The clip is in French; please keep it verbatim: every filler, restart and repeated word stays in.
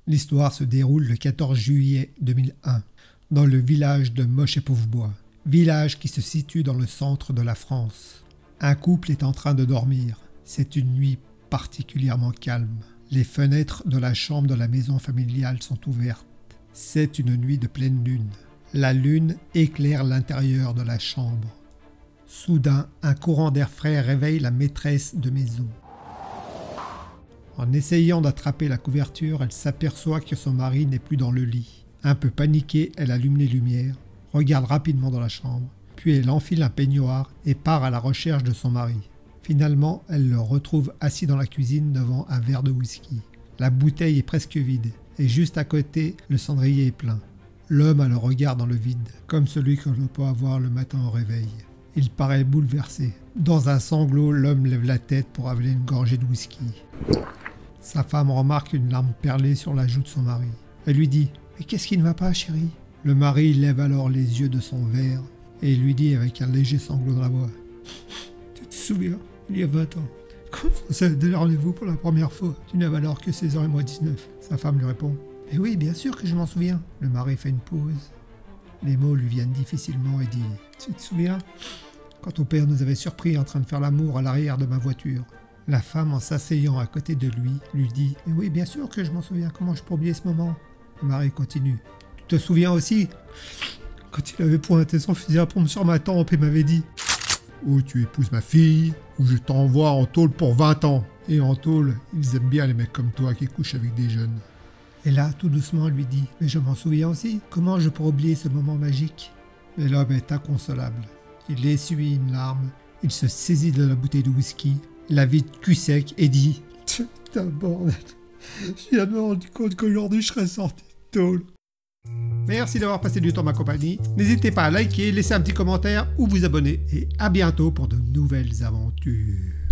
L'histoire se déroule le quatorze juillet deux mille un, dans le village de Moche-et-Pauvebois, village qui se situe dans le centre de la France. Un couple est en train de dormir. C'est une nuit particulièrement calme. Les fenêtres de la chambre de la maison familiale sont ouvertes. C'est une nuit de pleine lune. La lune éclaire l'intérieur de la chambre. Soudain, un courant d'air frais réveille la maîtresse de maison. En essayant d'attraper la couverture, elle s'aperçoit que son mari n'est plus dans le lit. Un peu paniquée, elle allume les lumières, regarde rapidement dans la chambre, puis elle enfile un peignoir et part à la recherche de son mari. Finalement, elle le retrouve assis dans la cuisine devant un verre de whisky. La bouteille est presque vide, et juste à côté, le cendrier est plein. L'homme a le regard dans le vide, comme celui que l'on peut avoir le matin au réveil. Il paraît bouleversé. Dans un sanglot, l'homme lève la tête pour avaler une gorgée de whisky. Sa femme remarque une larme perlée sur la joue de son mari. Elle lui dit « Mais qu'est-ce qui ne va pas, chérie ?» Le mari lève alors les yeux de son verre et lui dit avec un léger sanglot dans la voix « Tu te souviens, il y a vingt ans, quand on s'est donné rendez-vous pour la première fois, tu n'avais alors que seize ans et moi dix-neuf. » Sa femme lui répond « Mais oui, bien sûr que je m'en souviens. » Le mari fait une pause. Les mots lui viennent difficilement et dit « Tu te souviens, quand ton père nous avait surpris en train de faire l'amour à l'arrière de ma voiture ?» La femme, en s'asseyant à côté de lui, lui dit « Mais oui, bien sûr que je m'en souviens, comment je peux oublier ce moment ?» Le mari continue « Tu te souviens aussi, quand il avait pointé son fusil à pompe sur ma tempe et m'avait dit « Ou tu épouses ma fille, ou je t'envoie en tôle pour vingt ans. » Et en tôle, ils aiment bien les mecs comme toi qui couchent avec des jeunes. Et là, tout doucement, elle lui dit « Mais je m'en souviens aussi, comment je pourrais oublier ce moment magique ?» Mais l'homme est inconsolable. Il essuie une larme, il se saisit de la bouteille de whisky, la vide cul sec et dit « Putain bordel, je viens de me rendre compte qu'aujourd'hui je serais sorti de tôle. » Merci d'avoir passé du temps ma compagnie. N'hésitez pas à liker, laisser un petit commentaire ou vous abonner. Et à bientôt pour de nouvelles aventures.